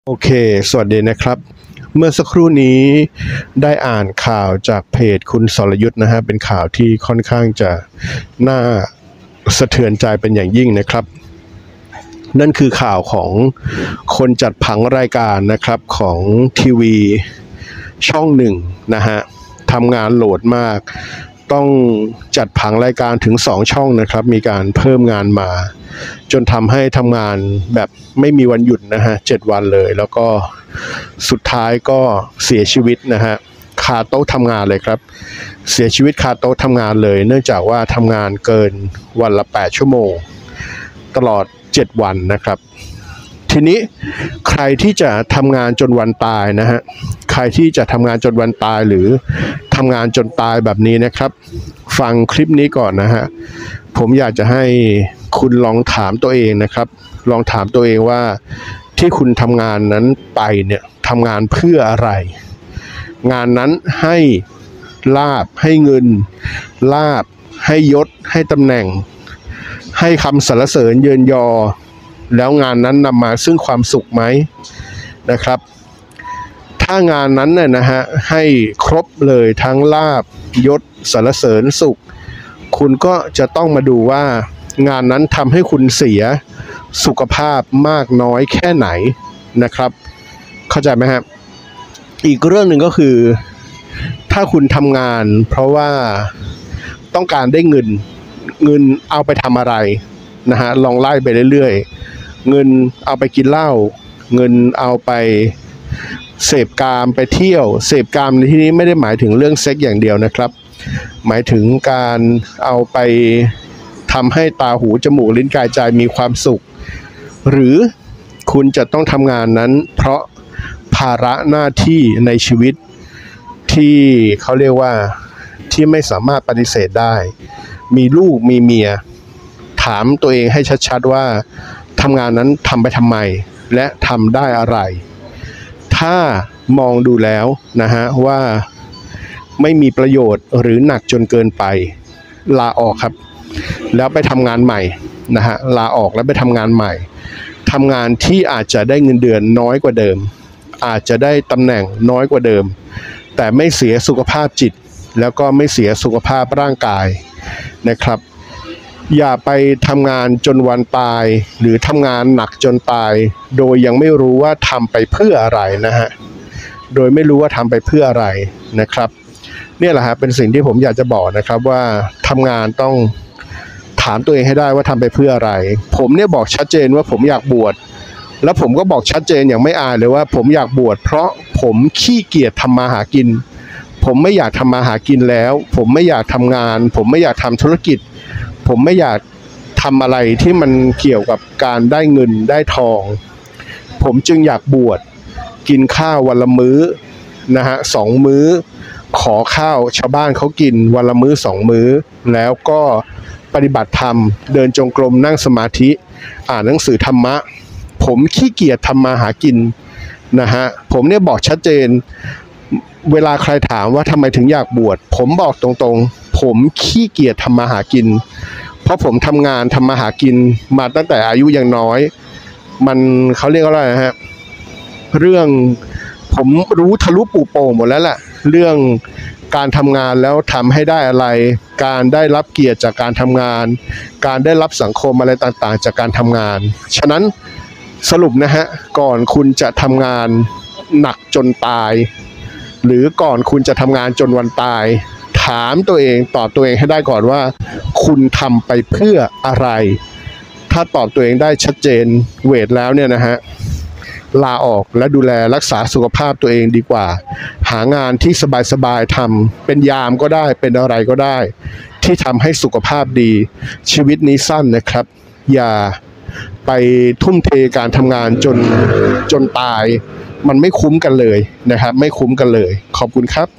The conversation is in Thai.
โอเคสวัสดีนะครับเมื่อสักครู่นี้ได้อ่านข่าวจากเพจคุณสรยุทธ์นะฮะเป็นข่าวที่ค่อนข้างจะน่าสะเทือนใจเป็นอย่างยิ่งนะครับนั่นคือข่าวของคนจัดผังรายการนะครับของทีวีช่องหนึ่งนะฮะทำงานโหลดมากต้องจัดผังรายการถึง2ช่องนะครับมีการเพิ่มงานมาจนทำให้ทำงานแบบไม่มีวันหยุดนะฮะ7 วันเลยแล้วก็สุดท้ายก็เสียชีวิตนะฮะคาโต๊ะทำงานเลยครับเสียชีวิตคาโต๊ะทำงานเลยเนื่องจากว่าทำงานเกินวันละ8 ชั่วโมงตลอด7 วันนะครับทีนี้ใครที่จะทำงานจนวันตายนะฮะใครที่จะทำงานจนวันตายหรือทำงานจนตายแบบนี้นะครับฟังคลิปนี้ก่อนนะฮะผมอยากจะให้คุณลองถามตัวเองนะครับลองถามตัวเองว่าที่คุณทำงานนั้นไปเนี่ยทำงานเพื่ออะไรงานนั้นให้ลาภให้เงินลาภให้ยศให้ตำแหน่งให้คำสรรเสริญเยินยอแล้วงานนั้นนำมาซึ่งความสุขไหมนะครับถ้างานนั้นเนี่ยนะฮะให้ครบเลยทั้งลาภยศสรรเสริญสุขคุณก็จะต้องมาดูว่างานนั้นทำให้คุณเสียสุขภาพมากน้อยแค่ไหนนะครับเข้าใจไหมครับอีกเรื่องหนึ่งก็คือถ้าคุณทำงานเพราะว่าต้องการได้เงินเอาไปทำอะไรนะฮะลองไล่ไปเรื่อยๆเงินเอาไปกินเหล้าเงินเอาไปเสพกามไปเที่ยวเสพกามในที่นี้ไม่ได้หมายถึงเรื่องเซ็กอย่างเดียวนะครับหมายถึงการเอาไปทำให้ตาหูจมูกลิ้นกายใจมีความสุขหรือคุณจะต้องทำงานนั้นเพราะภาระหน้าที่ในชีวิตที่เขาเรียกว่าที่ไม่สามารถปฏิเสธได้มีลูกมีเมียถามตัวเองให้ชัดๆว่าทำงานนั้นทำไปทำไมและทำได้อะไรถ้ามองดูแล้วนะฮะว่าไม่มีประโยชน์หรือหนักจนเกินไปลาออกครับแล้วไปทำงานใหม่นะฮะลาออกแล้วไปทำงานใหม่ทำงานที่อาจจะได้เงินเดือนน้อยกว่าเดิมอาจจะได้ตำแหน่งน้อยกว่าเดิมแต่ไม่เสียสุขภาพจิตแล้วก็ไม่เสียสุขภาพร่างกายนะครับอย่าไปทำงานจนวันตายหรือทำงานหนักจนตายโดยยังไม่รู้ว่าทำไปเพื่ออะไรนะฮะโดยไม่รู้ว่าทำไปเพื่ออะไรนะครับเนี่ยแหละฮะเป็นสิ่งที่ผมอยากจะบอกนะครับว่าทำงานต้องถามตัวเองให้ได้ว่าทำไปเพื่ออะไรผมเนี่ยบอกชัดเจนว่าผมอยากบวชแล้วผมก็บอกชัดเจนอย่างไม่อายเลยว่าผมอยากบวชเพราะผมขี้เกียจทำมาหากินผมไม่อยากทำมาหากินแล้วผมไม่อยากทำงานผมไม่อยากทำธุรกิจผมไม่อยากทำอะไรที่มันเกี่ยวกับการได้เงินได้ทองผมจึงอยากบวชกินข้าววันละมื้อนะฮะ2 มื้อขอข้าวชาวบ้านเขากินวันละมื้อ2 มื้อแล้วก็ปฏิบัติธรรมเดินจงกรมนั่งสมาธิอ่านหนังสือธรรมะผมขี้เกียจทำมาหากินนะฮะผมเนี่ยบอกชัดเจนเวลาใครถามว่าทำไมถึงอยากบวชผมบอกตรงๆผมขี้เกียจทำมาหากินเพราะผมทำงานทำมาหากินมาตั้งแต่อายุยังน้อยมันเขาเรียกว่าอะไรนะฮะเรื่องผมรู้ทะลุปูโป่งหมดแล้วแหละเรื่องการทำงานแล้วทำให้ได้อะไรการได้รับเกียรติจากการทำงานการได้รับสังคมอะไรต่างๆจากการทำงานฉะนั้นสรุปนะฮะก่อนคุณจะทำงานหนักจนตายหรือก่อนคุณจะทำงานจนวันตายถามตัวเองตอบตัวเองให้ได้ก่อนว่าคุณทำไปเพื่ออะไรถ้าตอบตัวเองได้ชัดเจนเวทแล้วเนี่ยนะฮะลาออกและดูแลรักษาสุขภาพตัวเองดีกว่าหางานที่สบายๆทำเป็นยามก็ได้เป็นอะไรก็ได้ที่ทำให้สุขภาพดีชีวิตนี้สั้นนะครับอย่าไปทุ่มเทการทำงานจนตายมันไม่คุ้มกันเลยนะครับไม่คุ้มกันเลยขอบคุณครับ